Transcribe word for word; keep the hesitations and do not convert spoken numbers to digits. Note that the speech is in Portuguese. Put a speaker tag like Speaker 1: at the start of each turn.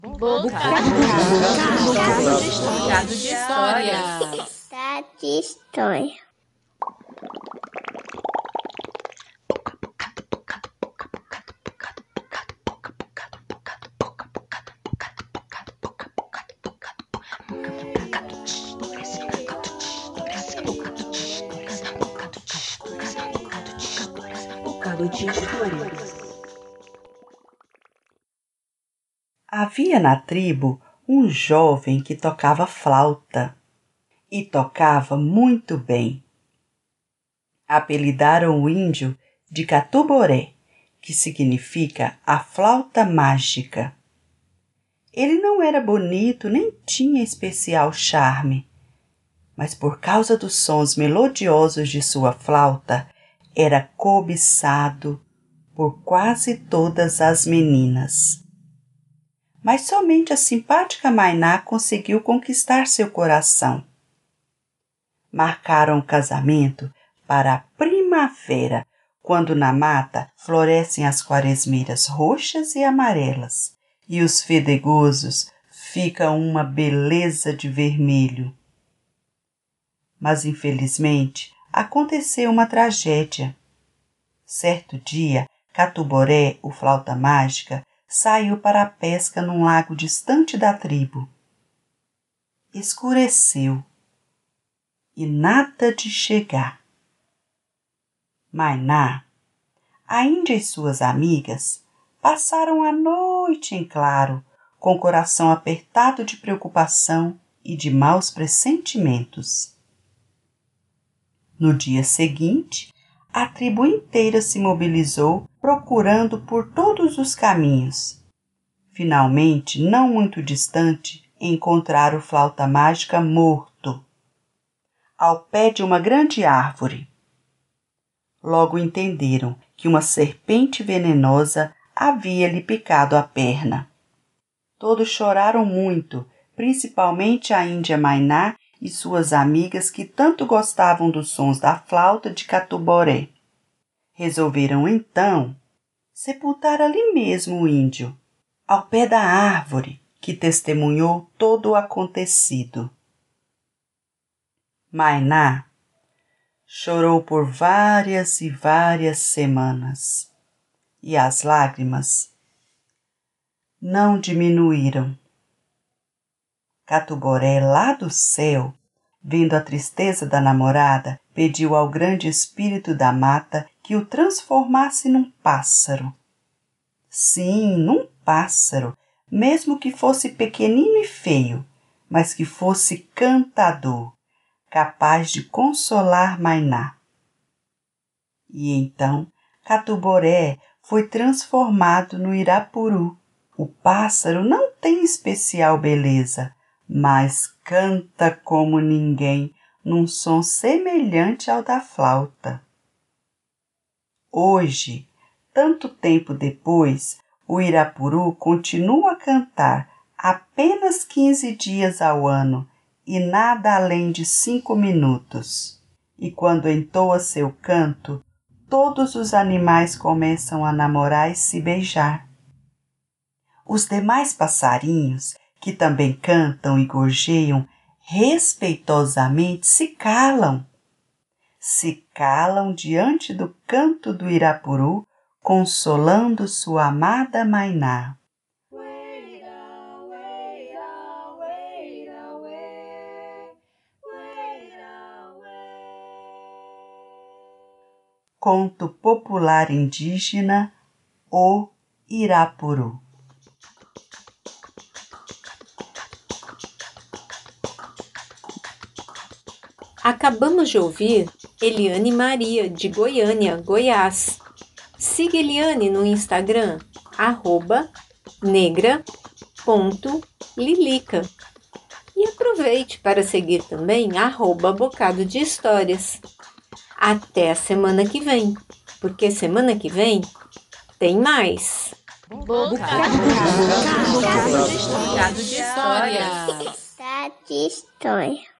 Speaker 1: Bocado de história.
Speaker 2: Bocado de história.
Speaker 1: Bocado de história.
Speaker 3: Havia na tribo um jovem que tocava flauta e tocava muito bem. Apelidaram o índio de Catuboré, que significa a flauta mágica. Ele não era bonito nem tinha especial charme, mas por causa dos sons melodiosos de sua flauta, era cobiçado por quase todas as meninas. Mas somente a simpática Mayná conseguiu conquistar seu coração. Marcaram o casamento para a primavera, quando na mata florescem as quaresmeiras roxas e amarelas, e os fedegosos ficam uma beleza de vermelho. Mas, infelizmente, aconteceu uma tragédia. Certo dia, Catuboré, o flauta mágica, saiu para a pesca num lago distante da tribo. Escureceu e nada de chegar. Mayná, a Índia e suas amigas passaram a noite em claro, com o coração apertado de preocupação e de maus pressentimentos. No dia seguinte, a tribo inteira se mobilizou procurando por todos os caminhos. Finalmente, não muito distante, encontraram o flauta mágica morto, ao pé de uma grande árvore. Logo entenderam que uma serpente venenosa havia lhe picado a perna. Todos choraram muito, principalmente a índia Mayná e suas amigas que tanto gostavam dos sons da flauta de Catuboré. Resolveram então sepultar ali mesmo o índio, ao pé da árvore que testemunhou todo o acontecido. Mayná chorou por várias e várias semanas, e as lágrimas não diminuíram. Catuboré, lá do céu, vendo a tristeza da namorada, pediu ao grande espírito da mata que o transformasse num pássaro. Sim, num pássaro, mesmo que fosse pequenino e feio, mas que fosse cantador, capaz de consolar Mayná. E então Catuboré foi transformado no Irapuru. O pássaro não tem especial beleza, mas canta como ninguém, num som semelhante ao da flauta. Hoje, tanto tempo depois, o Irapuru continua a cantar apenas quinze dias ao ano e nada além de cinco minutos. E quando entoa seu canto, todos os animais começam a namorar e se beijar. Os demais passarinhos, que também cantam e gorjeiam, respeitosamente se calam. Se calam diante do canto do Irapuru, consolando sua amada Mayná. Conto popular indígena, o Irapuru.
Speaker 4: Acabamos de ouvir Eliane Maria, de Goiânia, Goiás. Siga Eliane no Instagram, arroba negra ponto lilica. E aproveite para seguir também arroba Bocado de Histórias. Até a semana que vem, porque semana que vem tem mais.
Speaker 1: Bocado de história.
Speaker 2: Bocado de história.